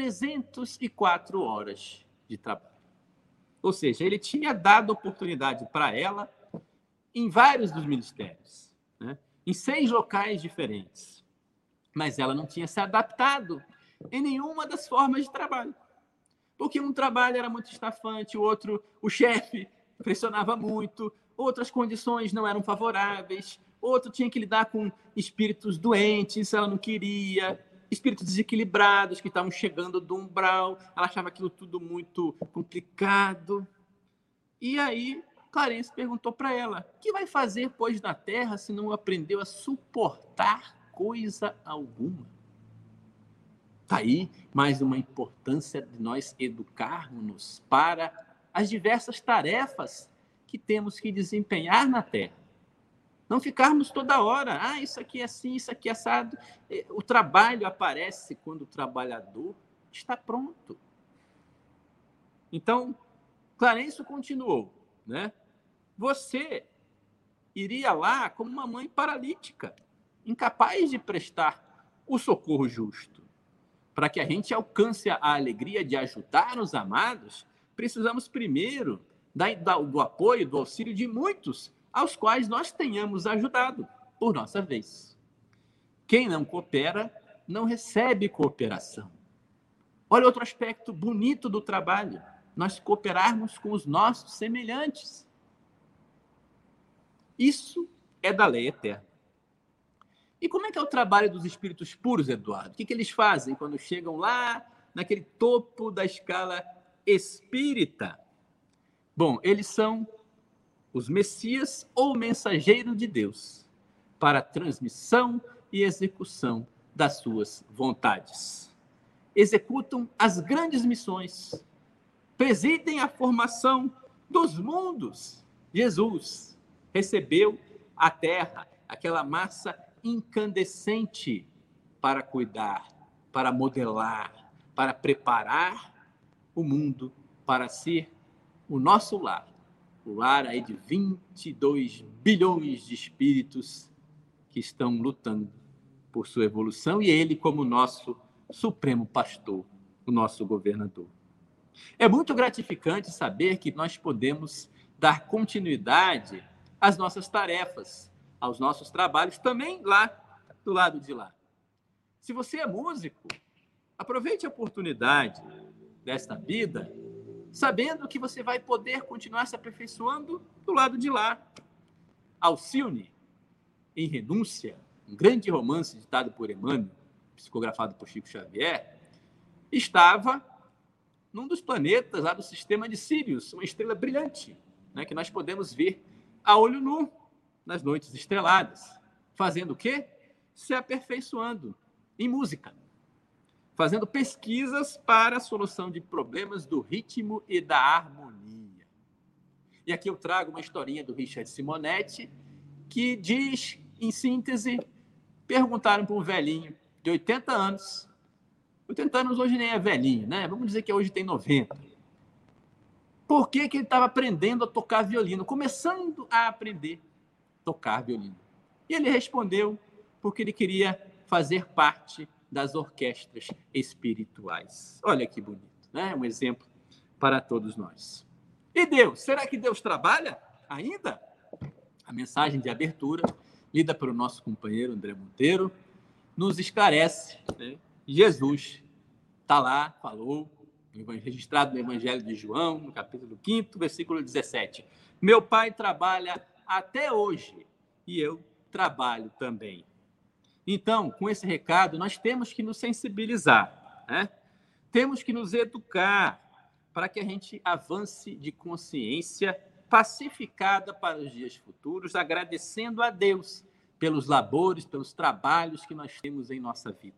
304 horas de trabalho. Ou seja, ele tinha dado oportunidade para ela em vários dos ministérios, né? Em 6 locais diferentes. Mas ela não tinha se adaptado em nenhuma das formas de trabalho. Porque um trabalho era muito estafante, o outro, o chefe pressionava muito, outras condições não eram favoráveis, outro tinha que lidar com espíritos doentes, ela não queria, espíritos desequilibrados que estavam chegando do umbral, ela achava aquilo tudo muito complicado. E aí, Clarencio perguntou para ela: o que vai fazer, pois, na Terra se não aprendeu a suportar coisa alguma? Está aí mais uma importância de nós educarmos-nos para as diversas tarefas que temos que desempenhar na Terra. Não ficarmos toda hora, isso aqui é assim, isso aqui é assado. O trabalho aparece quando o trabalhador está pronto. Então, Clarencio continuou, né? Você iria lá como uma mãe paralítica, incapaz de prestar o socorro justo. Para que a gente alcance a alegria de ajudar os amados, precisamos primeiro do apoio, do auxílio de muitos aos quais nós tenhamos ajudado por nossa vez. Quem não coopera não recebe cooperação. Olha outro aspecto bonito do trabalho: nós cooperarmos com os nossos semelhantes. Isso é da lei eterna. E como é que é o trabalho dos espíritos puros, Eduardo? O que eles fazem quando chegam lá naquele topo da escala espírita? Bom, eles são os messias ou mensageiros de Deus para a transmissão e execução das suas vontades. Executam as grandes missões, presidem a formação dos mundos. Jesus recebeu a terra, aquela massa incandescente, para cuidar, para modelar, para preparar o mundo para ser o nosso lar. O lar aí de 22 bilhões de espíritos que estão lutando por sua evolução, e ele como nosso supremo pastor, o nosso governador. É muito gratificante saber que nós podemos dar continuidade às nossas tarefas, aos nossos trabalhos, também lá do lado de lá. Se você é músico, aproveite a oportunidade desta vida, sabendo que você vai poder continuar se aperfeiçoando do lado de lá. Alcione, em Renúncia, um grande romance ditado por Emmanuel, psicografado por Chico Xavier, estava num dos planetas lá do sistema de Sírius, uma estrela brilhante, né, que nós podemos ver a olho nu nas noites estreladas. Fazendo o quê? Se aperfeiçoando em música, fazendo pesquisas para a solução de problemas do ritmo e da harmonia. E aqui eu trago uma historinha do Richard Simonetti, que diz, em síntese, perguntaram para um velhinho de 80 anos, 80 anos hoje nem é velhinho, né? Vamos dizer que hoje tem 90. Por que ele estava aprendendo a tocar violino, começando a aprender a tocar violino? E ele respondeu, porque ele queria fazer parte das orquestras espirituais. Olha que bonito, né? Um exemplo para todos nós. E Deus? Será que Deus trabalha ainda? A mensagem de abertura, lida pelo nosso companheiro André Monteiro, nos esclarece, né? Jesus está lá, falou, registrado no Evangelho de João, no capítulo 5º, versículo 17. Meu Pai trabalha até hoje e eu trabalho também. Então, com esse recado, nós temos que nos sensibilizar, né? Temos que nos educar para que a gente avance de consciência pacificada para os dias futuros, agradecendo a Deus pelos labores, pelos trabalhos que nós temos em nossa vida.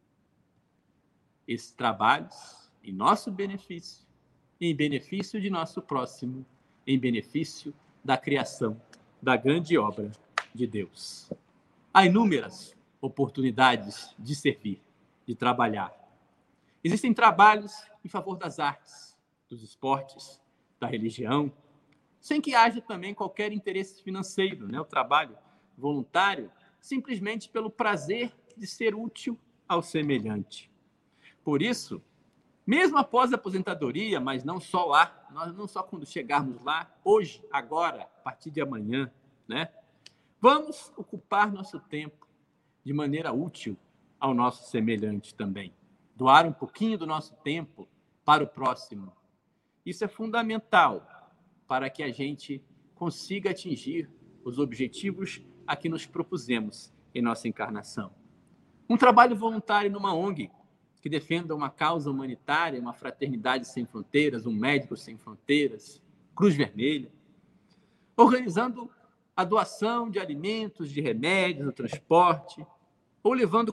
Esses trabalhos em nosso benefício, em benefício de nosso próximo, em benefício da criação da grande obra de Deus. Há inúmeras oportunidades de servir, de trabalhar. Existem trabalhos em favor das artes, dos esportes, da religião, sem que haja também qualquer interesse financeiro, né? O trabalho voluntário, simplesmente pelo prazer de ser útil ao semelhante. Por isso, mesmo após a aposentadoria, mas não só lá, nós não só quando chegarmos lá, hoje, agora, a partir de amanhã, né? Vamos ocupar nosso tempo de maneira útil ao nosso semelhante também. Doar um pouquinho do nosso tempo para o próximo. Isso é fundamental para que a gente consiga atingir os objetivos a que nos propusemos em nossa encarnação. Um trabalho voluntário numa ONG que defenda uma causa humanitária, uma fraternidade sem fronteiras, um médico sem fronteiras, Cruz Vermelha, organizando a doação de alimentos, de remédios, o transporte, ou levando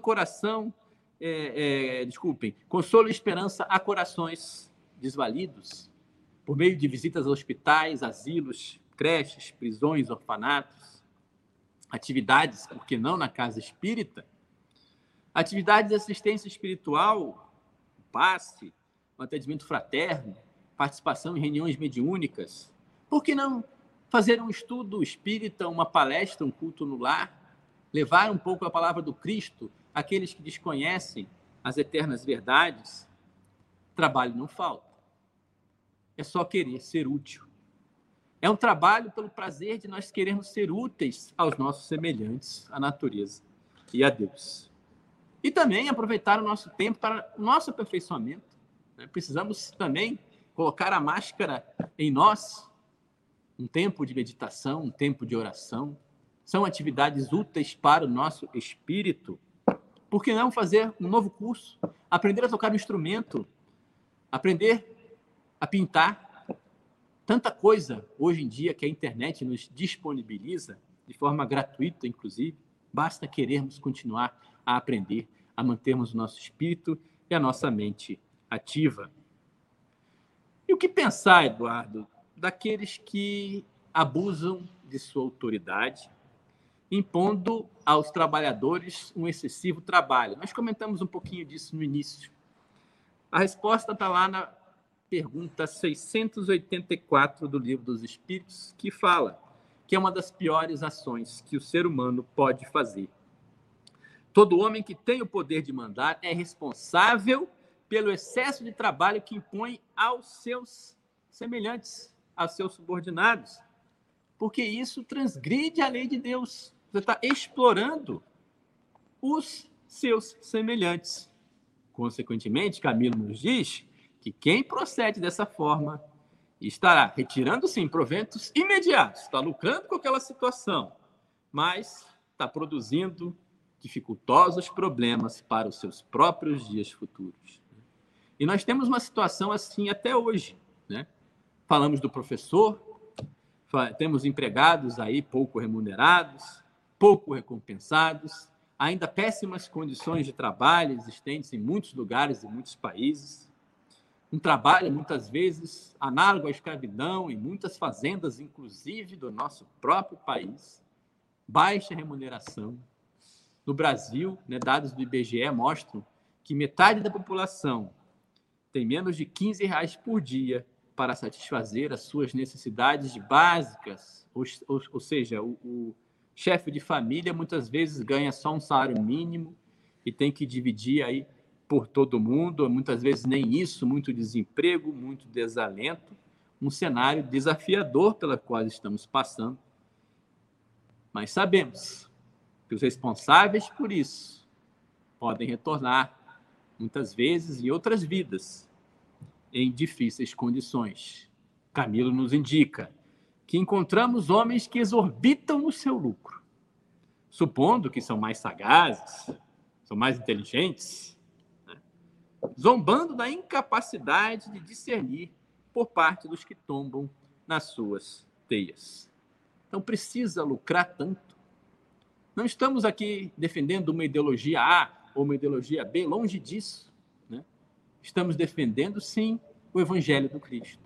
consolo e esperança a corações desvalidos, por meio de visitas a hospitais, asilos, creches, prisões, orfanatos, atividades, por que não, na casa espírita, atividades de assistência espiritual, passe, o atendimento fraterno, participação em reuniões mediúnicas, por que não fazer um estudo espírita, uma palestra, um culto no lar, levar um pouco a palavra do Cristo àqueles que desconhecem as eternas verdades. Trabalho não falta. É só querer ser útil. É um trabalho pelo prazer de nós querermos ser úteis aos nossos semelhantes, à natureza e a Deus. E também aproveitar o nosso tempo para o nosso aperfeiçoamento. Precisamos também colocar a máscara em nós, um tempo de meditação, um tempo de oração. São atividades úteis para o nosso espírito. Por que não fazer um novo curso? Aprender a tocar um instrumento, aprender a pintar. Tanta coisa hoje em dia que a internet nos disponibiliza, de forma gratuita, inclusive. Basta querermos continuar a aprender, a mantermos o nosso espírito e a nossa mente ativa. E o que pensar, Eduardo, daqueles que abusam de sua autoridade, impondo aos trabalhadores um excessivo trabalho? Nós comentamos um pouquinho disso no início. A resposta está lá na pergunta 684 do Livro dos Espíritos, que fala que é uma das piores ações que o ser humano pode fazer. Todo homem que tem o poder de mandar é responsável pelo excesso de trabalho que impõe aos seus semelhantes, aos seus subordinados, porque isso transgride a lei de Deus. Você está explorando os seus semelhantes. Consequentemente, Camilo nos diz que quem procede dessa forma estará retirando, sim, proventos imediatos, está lucrando com aquela situação, mas está produzindo dificultosos problemas para os seus próprios dias futuros. E nós temos uma situação assim até hoje, né? Falamos do professor, temos empregados aí pouco remunerados, pouco recompensados, ainda péssimas condições de trabalho existentes em muitos lugares e muitos países. Um trabalho, muitas vezes, análogo à escravidão em muitas fazendas, inclusive do nosso próprio país. Baixa remuneração. No Brasil, dados do IBGE mostram que metade da população tem menos de R$ 15 por dia para satisfazer as suas necessidades básicas. Ou seja, o chefe de família muitas vezes ganha só um salário mínimo e tem que dividir aí por todo mundo, muitas vezes nem isso, muito desemprego, muito desalento, um cenário desafiador pelo qual estamos passando. Mas sabemos que os responsáveis por isso podem retornar, muitas vezes, em outras vidas, em difíceis condições. Camilo nos indica que encontramos homens que exorbitam no seu lucro, supondo que são mais sagazes, são mais inteligentes, zombando da incapacidade de discernir por parte dos que tombam nas suas teias. Então, precisa lucrar tanto. Não estamos aqui defendendo uma ideologia A ou uma ideologia B, longe disso. Estamos defendendo, sim, o Evangelho do Cristo.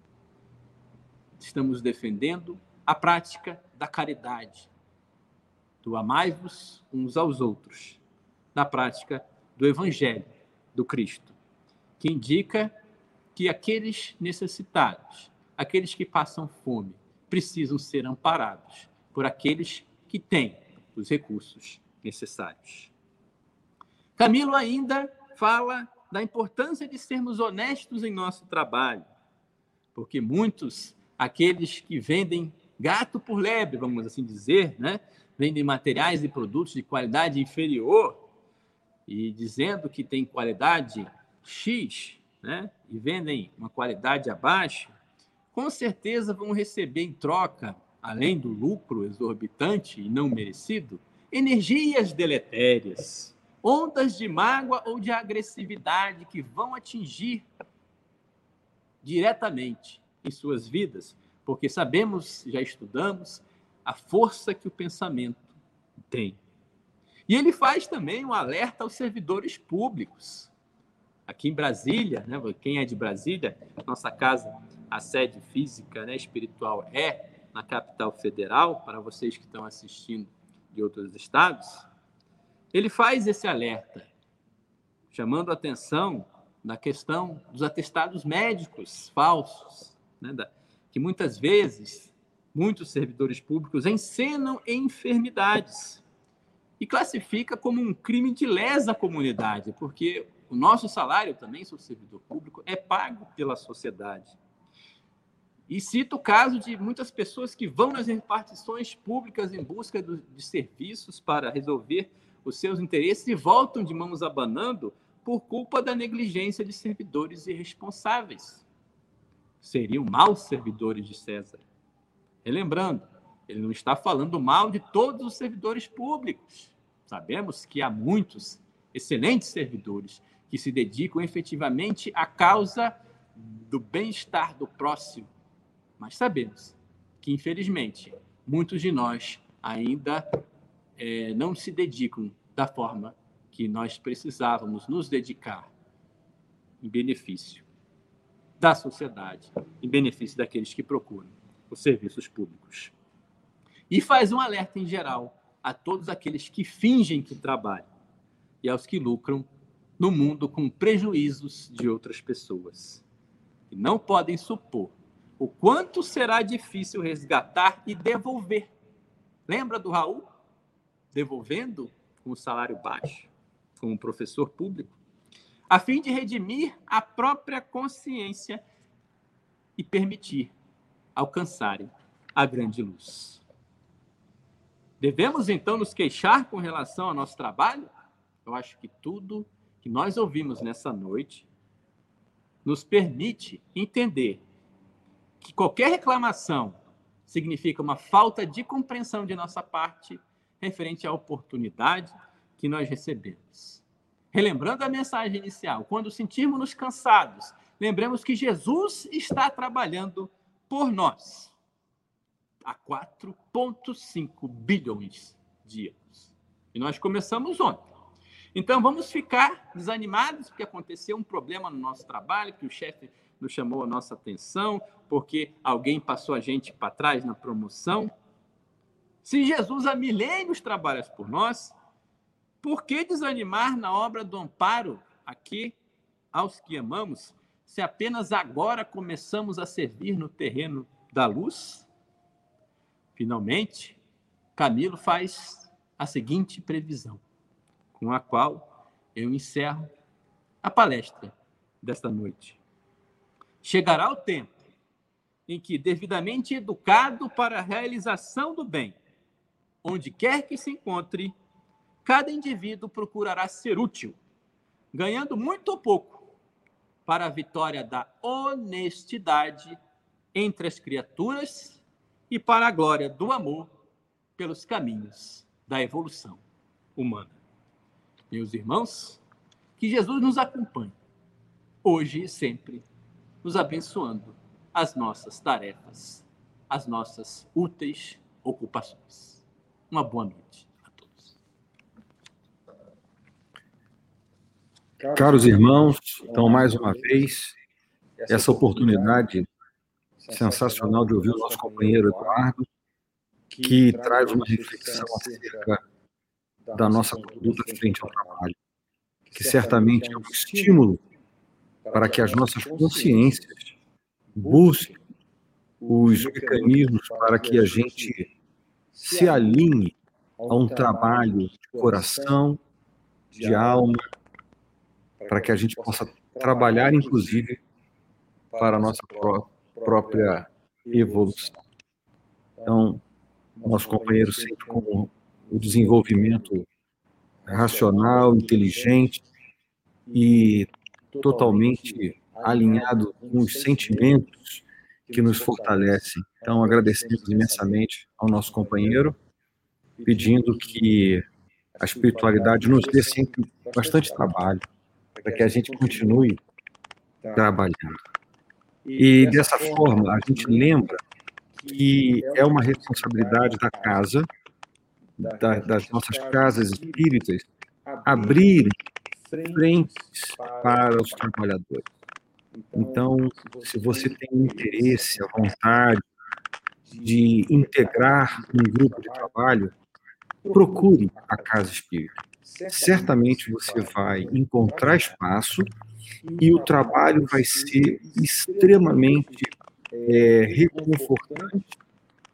Estamos defendendo a prática da caridade, do amai-vos uns aos outros, da prática do Evangelho do Cristo, que indica que aqueles necessitados, aqueles que passam fome, precisam ser amparados por aqueles que têm os recursos necessários. Camilo ainda fala da importância de sermos honestos em nosso trabalho, porque muitos, aqueles que vendem gato por lebre, vamos assim dizer, vendem materiais e produtos de qualidade inferior, e dizendo que tem qualidade X, e vendem uma qualidade abaixo, com certeza vão receber em troca, além do lucro exorbitante e não merecido, energias deletérias, ondas de mágoa ou de agressividade que vão atingir diretamente em suas vidas, porque sabemos, já estudamos, a força que o pensamento tem. E ele faz também um alerta aos servidores públicos. Aqui em Brasília, quem é de Brasília, nossa casa, a sede física, espiritual é na capital federal, para vocês que estão assistindo de outros estados, ele faz esse alerta, chamando a atenção na questão dos atestados médicos falsos, que muitas vezes muitos servidores públicos encenam enfermidades e classifica como um crime de lesa comunidade, porque o nosso salário também, sou servidor público, é pago pela sociedade. E cito o caso de muitas pessoas que vão nas repartições públicas em busca de serviços para resolver os seus interesses e voltam de mãos abanando por culpa da negligência de servidores irresponsáveis. Seriam maus servidores de César. Relembrando, ele não está falando mal de todos os servidores públicos. Sabemos que há muitos excelentes servidores que se dedicam efetivamente à causa do bem-estar do próximo. Mas sabemos que, infelizmente, muitos de nós ainda não se dedicam da forma que nós precisávamos nos dedicar em benefício da sociedade, em benefício daqueles que procuram os serviços públicos. E faz um alerta em geral a todos aqueles que fingem que trabalham e aos que lucram no mundo com prejuízos de outras pessoas. E não podem supor o quanto será difícil resgatar e devolver. Lembra do Raul? Devolvendo com o salário baixo, como professor público, a fim de redimir a própria consciência e permitir alcançarem a grande luz. Devemos, então, nos queixar com relação ao nosso trabalho? Eu acho que tudo que nós ouvimos nessa noite nos permite entender que qualquer reclamação significa uma falta de compreensão de nossa parte referente à oportunidade que nós recebemos. Relembrando a mensagem inicial, quando sentirmos-nos cansados, lembremos que Jesus está trabalhando por nós há 4,5 bilhões de anos. E nós começamos ontem. Então, vamos ficar desanimados porque aconteceu um problema no nosso trabalho, que o chefe nos chamou a nossa atenção, porque alguém passou a gente para trás na promoção. Se Jesus há milênios trabalha por nós, por que desanimar na obra do amparo aqui aos que amamos, se apenas agora começamos a servir no terreno da luz? Finalmente, Camilo faz a seguinte previsão, com a qual eu encerro a palestra desta noite. Chegará o tempo em que, devidamente educado para a realização do bem, onde quer que se encontre, cada indivíduo procurará ser útil, ganhando muito ou pouco, para a vitória da honestidade entre as criaturas e para a glória do amor pelos caminhos da evolução humana. Meus irmãos, que Jesus nos acompanhe, hoje e sempre, nos abençoando as nossas tarefas, as nossas úteis ocupações. Uma boa noite a todos. Caros irmãos, então, mais uma vez, essa oportunidade sensacional de ouvir o nosso companheiro Eduardo, que traz uma reflexão acerca da nossa conduta frente ao trabalho, que certamente é um estímulo para que as nossas consciências busquem os mecanismos para que a gente se alinhe a um trabalho de coração, de alma, para que a gente possa trabalhar, inclusive, para a nossa própria evolução. Então, nosso companheiro sempre com o desenvolvimento racional, inteligente e totalmente alinhado com os sentimentos que nos fortalecem. Então, agradecemos imensamente ao nosso companheiro, pedindo que a espiritualidade nos dê sempre bastante trabalho, para que a gente continue trabalhando. E, dessa forma, a gente lembra que é uma responsabilidade da casa, das nossas casas espíritas, abrir frentes para os trabalhadores. Então, se você tem interesse, a vontade de integrar um grupo de trabalho, procure a casa espírita. Certamente você vai encontrar espaço e o trabalho vai ser extremamente reconfortante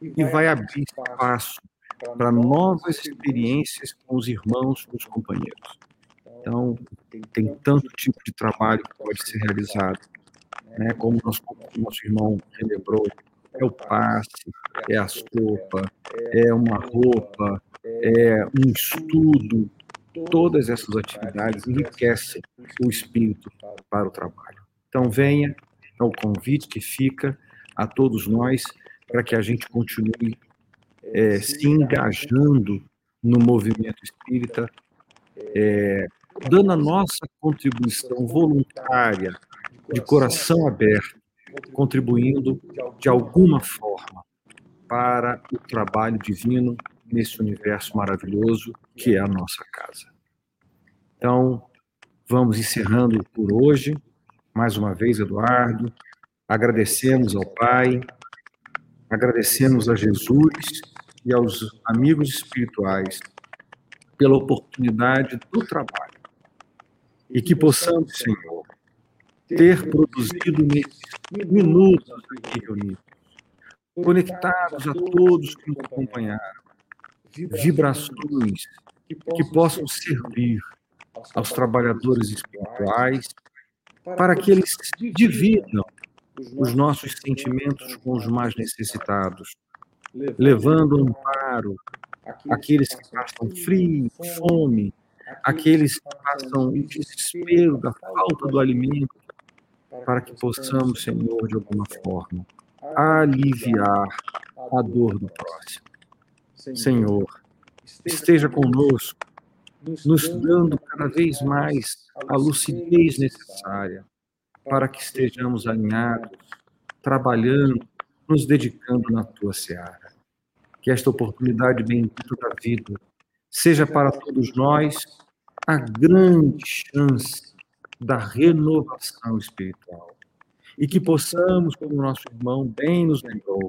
e vai abrir espaço para novas experiências com os irmãos, com os companheiros. Então, tem tanto tipo de trabalho que pode ser realizado, né? Como o nosso irmão relembrou, é o passe, é a sopa, é uma roupa, é um estudo. Todas essas atividades enriquecem o espírito para o trabalho. Então, venha, é o convite que fica a todos nós para que a gente continue se engajando no movimento espírita, dando a nossa contribuição voluntária, de coração aberto, contribuindo de alguma forma para o trabalho divino nesse universo maravilhoso que é a nossa casa. Então, vamos encerrando por hoje. Mais uma vez, Eduardo, agradecemos ao Pai, agradecemos a Jesus e aos amigos espirituais pela oportunidade do trabalho. E que possamos, Senhor, ter produzido nesses minutos aqui reunidos, conectados a todos que nos acompanharam, vibrações que possam servir aos trabalhadores espirituais para que eles dividam os nossos sentimentos com os mais necessitados, levando amparo àqueles que passam frio, fome, aqueles que passam o desespero da falta do alimento, para que possamos, Senhor, de alguma forma, aliviar a dor do próximo. Senhor, esteja conosco, nos dando cada vez mais a lucidez necessária para que estejamos alinhados, trabalhando, nos dedicando na Tua seara. Que esta oportunidade bendita da vida seja para todos nós a grande chance da renovação espiritual. E que possamos, como nosso irmão bem nos lembrou,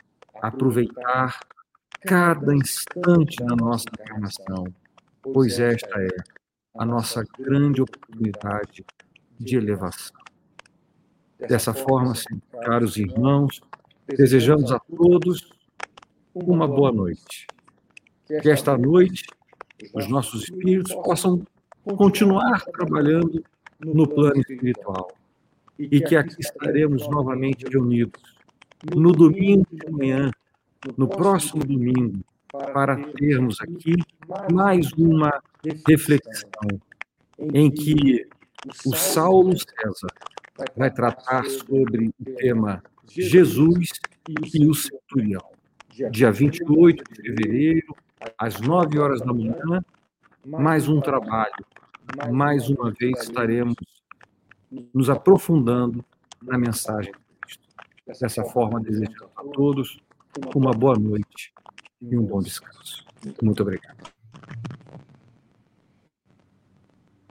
aproveitar cada instante da nossa encarnação, pois esta é a nossa grande oportunidade de elevação. Dessa forma, caros irmãos, desejamos a todos uma boa noite. Que esta noite os nossos espíritos possam continuar trabalhando no plano espiritual e que aqui estaremos novamente reunidos no domingo de manhã, no próximo domingo, para termos aqui mais uma reflexão em que o Saulo César vai tratar sobre o tema Jesus e o Centurião. Dia 28 de fevereiro, às 9 horas da manhã, mais um trabalho. Mais uma vez estaremos nos aprofundando na mensagem de Cristo. Dessa forma, desejamos a todos uma boa noite e um bom descanso. Muito obrigado.